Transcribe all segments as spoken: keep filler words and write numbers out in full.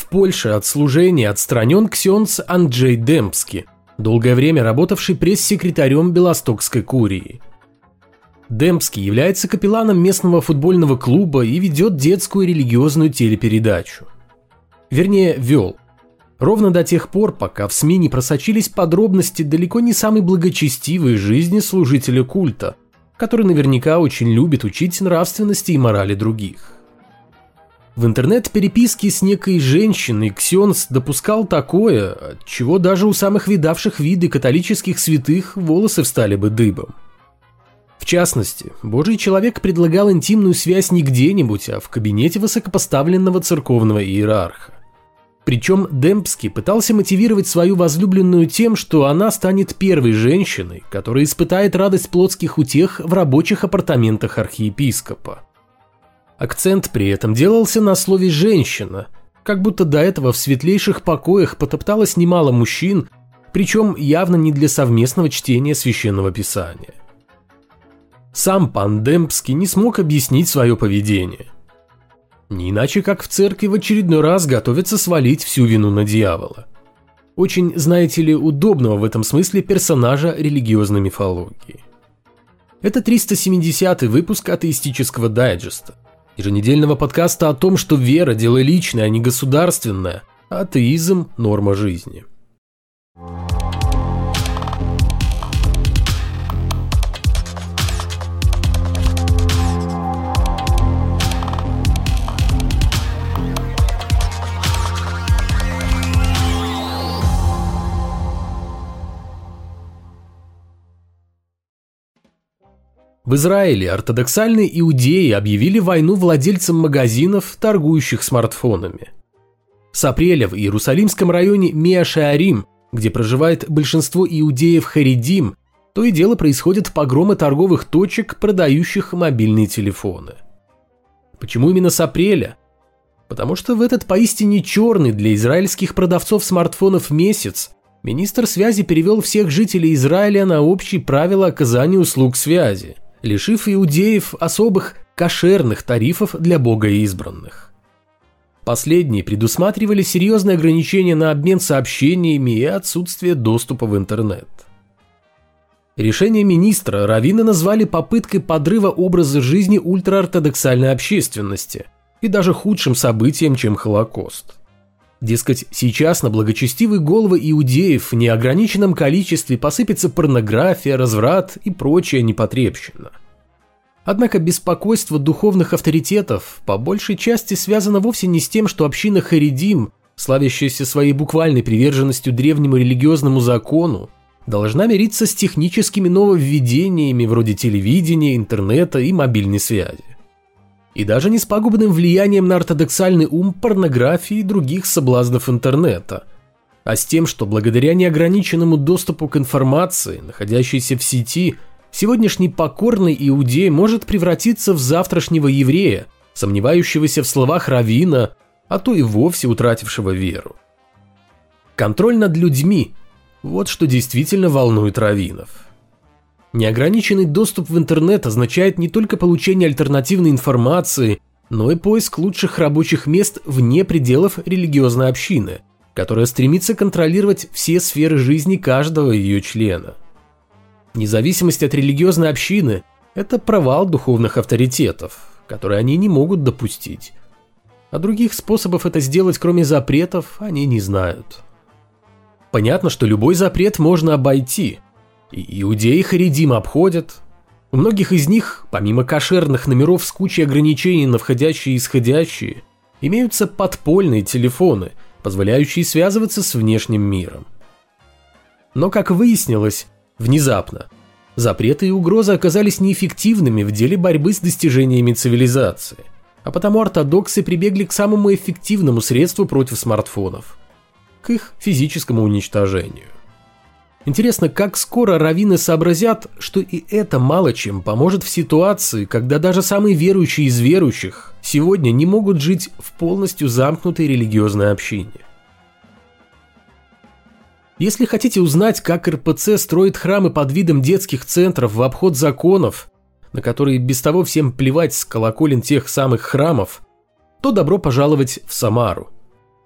В Польше от служения отстранен ксёндз Анджей Дембский, долгое время работавший пресс-секретарем Белостокской курии. Дембский является капелланом местного футбольного клуба и ведет детскую религиозную телепередачу. Вернее, вел. Ровно до тех пор, пока в СМИ не просочились подробности далеко не самой благочестивой жизни служителя культа, который наверняка очень любит учить нравственности и морали других. В интернет-переписке с некой женщиной ксёндз допускал такое, от чего даже у самых видавших виды католических святых волосы встали бы дыбом. В частности, Божий человек предлагал интимную связь не где-нибудь, а в кабинете высокопоставленного церковного иерарха. Причем Дембский пытался мотивировать свою возлюбленную тем, что она станет первой женщиной, которая испытает радость плотских утех в рабочих апартаментах архиепископа. Акцент при этом делался на слове «женщина», как будто до этого в светлейших покоях потопталось немало мужчин, причем явно не для совместного чтения священного писания. Сам пан Дембский не смог объяснить свое поведение. Не иначе, как в церкви в очередной раз готовится свалить всю вину на дьявола. Очень, знаете ли, удобного в этом смысле персонажа религиозной мифологии. Это триста семидесятый выпуск атеистического дайджеста, еженедельного подкаста о том, что вера – дело личное, а не государственное, а атеизм – норма жизни. В Израиле ортодоксальные иудеи объявили войну владельцам магазинов, торгующих смартфонами. С апреля в Иерусалимском районе Меа-Шеарим, где проживает большинство иудеев-харидим, то и дело происходят погромы торговых точек, продающих мобильные телефоны. Почему именно с апреля? Потому что в этот поистине черный для израильских продавцов смартфонов месяц министр связи перевел всех жителей Израиля на общие правила оказания услуг связи, лишив иудеев особых кошерных тарифов для богоизбранных. Последние предусматривали серьезные ограничения на обмен сообщениями и отсутствие доступа в интернет. Решение министра раввины назвали попыткой подрыва образа жизни ультраортодоксальной общественности и даже худшим событием, чем Холокост. Дескать, сейчас на благочестивые головы иудеев в неограниченном количестве посыпется порнография, разврат и прочая непотребщина. Однако беспокойство духовных авторитетов по большей части связано вовсе не с тем, что община харидим, славящаяся своей буквальной приверженностью древнему религиозному закону, должна мириться с техническими нововведениями вроде телевидения, интернета и мобильной связи. И даже не с пагубным влиянием на ортодоксальный ум порнографии и других соблазнов интернета, а с тем, что благодаря неограниченному доступу к информации, находящейся в сети, сегодняшний покорный иудей может превратиться в завтрашнего еврея, сомневающегося в словах раввина, а то и вовсе утратившего веру. Контроль над людьми – вот что действительно волнует раввинов. Неограниченный доступ в интернет означает не только получение альтернативной информации, но и поиск лучших рабочих мест вне пределов религиозной общины, которая стремится контролировать все сферы жизни каждого ее члена. Независимость от религиозной общины – это провал духовных авторитетов, который они не могут допустить. А других способов это сделать, кроме запретов, они не знают. Понятно, что любой запрет можно обойти. И иудеи харидим обходят. У многих из них, помимо кошерных номеров с кучей ограничений на входящие и исходящие, имеются подпольные телефоны, позволяющие связываться с внешним миром. Но, как выяснилось, внезапно, запреты и угрозы оказались неэффективными в деле борьбы с достижениями цивилизации, а потому ортодоксы прибегли к самому эффективному средству против смартфонов – к их физическому уничтожению. Интересно, как скоро раввины сообразят, что и это мало чем поможет в ситуации, когда даже самые верующие из верующих сегодня не могут жить в полностью замкнутой религиозной общине. Если хотите узнать, как эр пэ цэ строит храмы под видом детских центров в обход законов, на которые без того всем плевать с колоколен тех самых храмов, то добро пожаловать в Самару.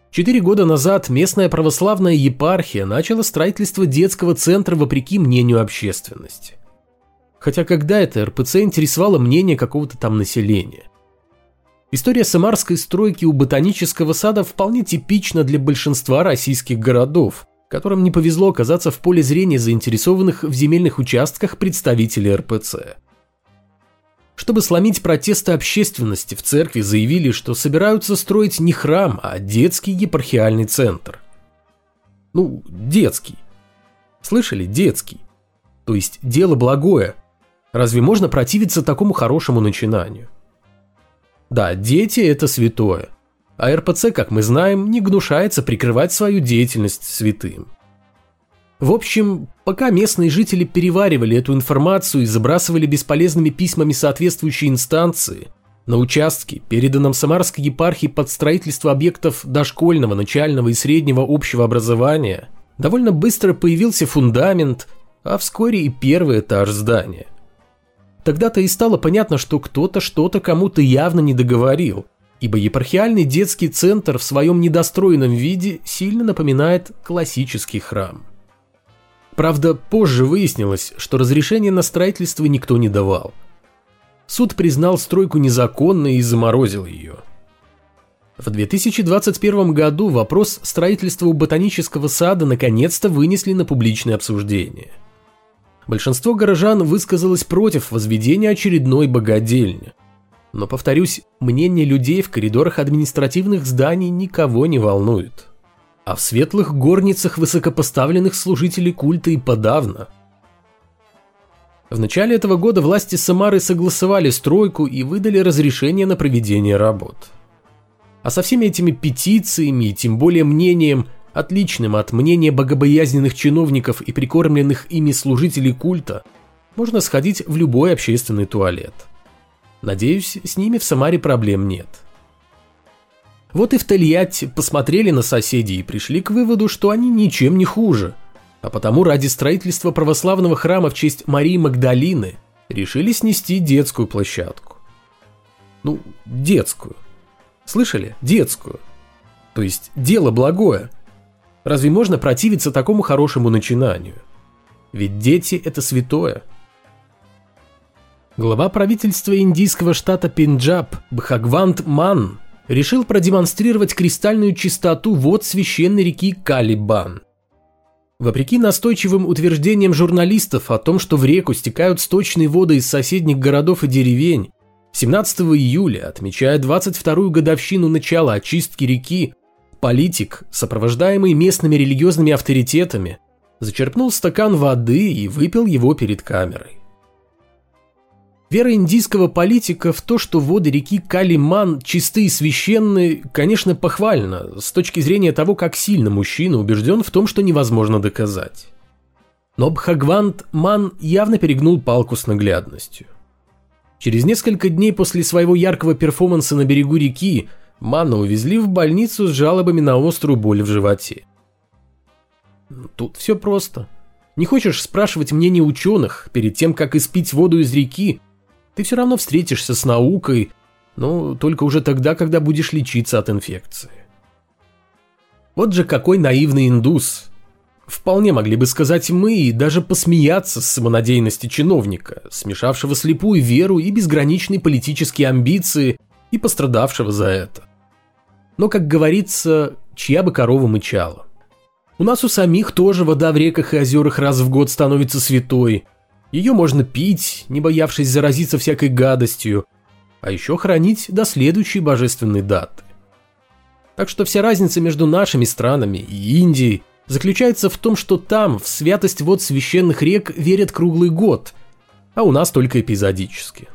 Четыре года назад местная православная епархия начала строительство детского центра вопреки мнению общественности. Хотя когда это эр пэ цэ интересовало мнение какого-то там населения? История самарской стройки у ботанического сада вполне типична для большинства российских городов, которым не повезло оказаться в поле зрения заинтересованных в земельных участках представителей эр пэ цэ. Чтобы сломить протесты общественности, в церкви заявили, что собираются строить не храм, а детский епархиальный центр. Ну, детский. Слышали? Детский. То есть дело благое. Разве можно противиться такому хорошему начинанию? Да, дети – это святое. А эр пэ цэ, как мы знаем, не гнушается прикрывать свою деятельность святым. В общем, пока местные жители переваривали эту информацию и забрасывали бесполезными письмами соответствующие инстанции, на участке, переданном Самарской епархии под строительство объектов дошкольного, начального и среднего общего образования, довольно быстро появился фундамент, а вскоре и первый этаж здания. Тогда-то и стало понятно, что кто-то что-то кому-то явно не договорил, ибо епархиальный детский центр в своем недостроенном виде сильно напоминает классический храм. Правда, позже выяснилось, что разрешение на строительство никто не давал. Суд признал стройку незаконной и заморозил ее. В две тысячи двадцать первом году вопрос строительства у ботанического сада наконец-то вынесли на публичное обсуждение. Большинство горожан высказалось против возведения очередной богадельни. Но, повторюсь, мнение людей в коридорах административных зданий никого не волнует. А в светлых горницах высокопоставленных служителей культа и подавно. В начале этого года власти Самары согласовали стройку и выдали разрешение на проведение работ. А со всеми этими петициями и тем более мнением, отличным от мнения богобоязненных чиновников и прикормленных ими служителей культа, можно сходить в любой общественный туалет. Надеюсь, с ними в Самаре проблем нет. Вот и в Тольятти посмотрели на соседей и пришли к выводу, что они ничем не хуже, а потому ради строительства православного храма в честь Марии Магдалины решили снести детскую площадку. Ну, детскую. Слышали? Детскую. То есть дело благое. Разве можно противиться такому хорошему начинанию? Ведь дети – это святое. Глава правительства индийского штата Пенджаб Бхагвант Манн решил продемонстрировать кристальную чистоту вод священной реки Кали-Бан. Вопреки настойчивым утверждениям журналистов о том, что в реку стекают сточные воды из соседних городов и деревень, семнадцатого июля, отмечая двадцать вторую годовщину начала очистки реки, политик, сопровождаемый местными религиозными авторитетами, зачерпнул стакан воды и выпил его перед камерой. Вера индийского политика в то, что воды реки Кали-Ман чисты и священны, конечно, похвальна с точки зрения того, как сильно мужчина убежден в том, что невозможно доказать. Но Бхагвант Манн явно перегнул палку с наглядностью. Через несколько дней после своего яркого перформанса на берегу реки Манна увезли в больницу с жалобами на острую боль в животе. Тут все просто. Не хочешь спрашивать мнение ученых перед тем, как испить воду из реки, ты все равно встретишься с наукой, но только уже тогда, когда будешь лечиться от инфекции. Вот же какой наивный индус. Вполне могли бы сказать мы и даже посмеяться с самонадеянности чиновника, смешавшего слепую веру и безграничные политические амбиции и пострадавшего за это. Но, как говорится, чья бы корова мычала. У нас у самих тоже вода в реках и озерах раз в год становится святой. Ее можно пить, не боявшись заразиться всякой гадостью, а еще хранить до следующей божественной даты. Так что вся разница между нашими странами и Индией заключается в том, что там в святость вод священных рек верят круглый год, а у нас только эпизодически.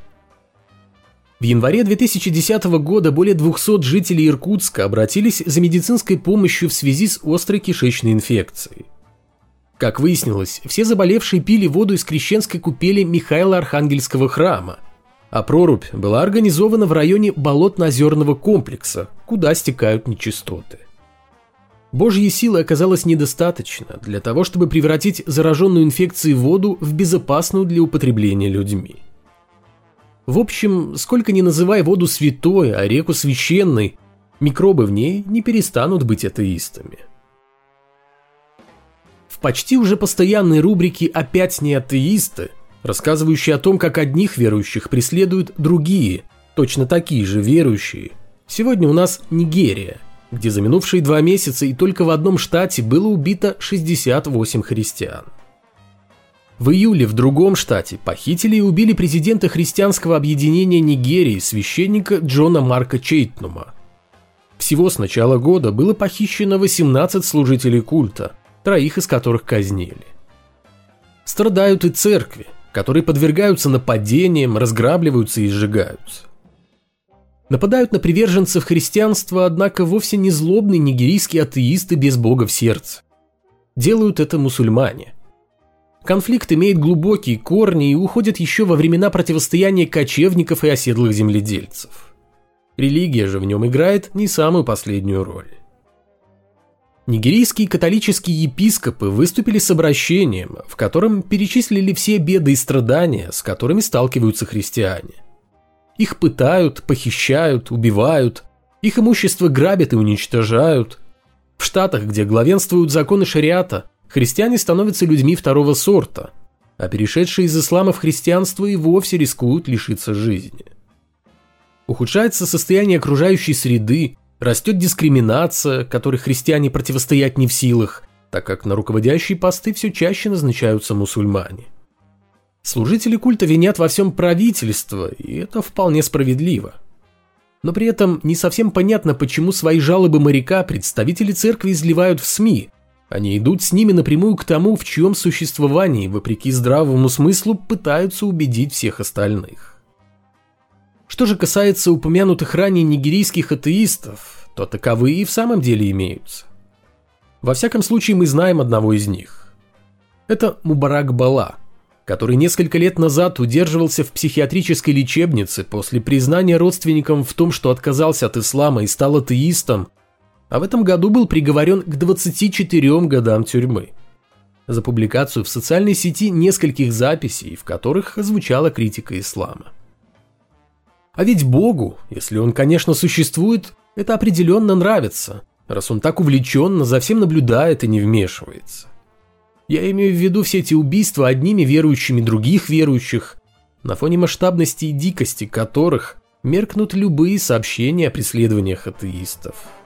В январе две тысячи десятого года более двухсот жителей Иркутска обратились за медицинской помощью в связи с острой кишечной инфекцией. Как выяснилось, все заболевшие пили воду из крещенской купели Михаила Архангельского храма, а прорубь была организована в районе болотно-озерного комплекса, куда стекают нечистоты. Божьей силы оказалось недостаточно для того, чтобы превратить зараженную инфекцией воду в безопасную для употребления людьми. В общем, сколько ни называй воду святой, а реку священной, микробы в ней не перестанут быть атеистами. В почти уже постоянной рубрике «Опять не атеисты», рассказывающей о том, как одних верующих преследуют другие, точно такие же верующие, сегодня у нас Нигерия, где за минувшие два месяца и только в одном штате было убито шестьдесят восемь христиан. В июле в другом штате похитили и убили президента христианского объединения Нигерии, священника Джона Марка Чейтнума. Всего с начала года было похищено восемнадцать служителей культа, троих из которых казнили. Страдают и церкви, которые подвергаются нападениям, разграбливаются и сжигаются. Нападают на приверженцев христианства, однако вовсе не злобные нигерийские атеисты без Бога в сердце. Делают это мусульмане. Конфликт имеет глубокие корни и уходит еще во времена противостояния кочевников и оседлых земледельцев. Религия же в нем играет не самую последнюю роль. Нигерийские католические епископы выступили с обращением, в котором перечислили все беды и страдания, с которыми сталкиваются христиане. Их пытают, похищают, убивают, их имущество грабят и уничтожают. В штатах, где главенствуют законы шариата, христиане становятся людьми второго сорта, а перешедшие из ислама в христианство и вовсе рискуют лишиться жизни. Ухудшается состояние окружающей среды, растет дискриминация, которой христиане противостоять не в силах, так как на руководящие посты все чаще назначаются мусульмане. Служители культа винят во всем правительство, и это вполне справедливо. Но при этом не совсем понятно, почему свои жалобы моряка представители церкви изливают в СМИ. Они идут с ними напрямую к тому, в чьем существовании, вопреки здравому смыслу, пытаются убедить всех остальных. Что же касается упомянутых ранее нигерийских атеистов, то таковые и в самом деле имеются. Во всяком случае, мы знаем одного из них. Это Мубарак Бала, который несколько лет назад удерживался в психиатрической лечебнице после признания родственникам в том, что отказался от ислама и стал атеистом, а в этом году был приговорен к двадцати четырем годам тюрьмы за публикацию в социальной сети нескольких записей, в которых звучала критика ислама. А ведь Богу, если он, конечно, существует, это определенно нравится, раз он так увлеченно за всем наблюдает и не вмешивается. Я имею в виду все эти убийства одними верующими других верующих, на фоне масштабности и дикости которых меркнут любые сообщения о преследованиях атеистов.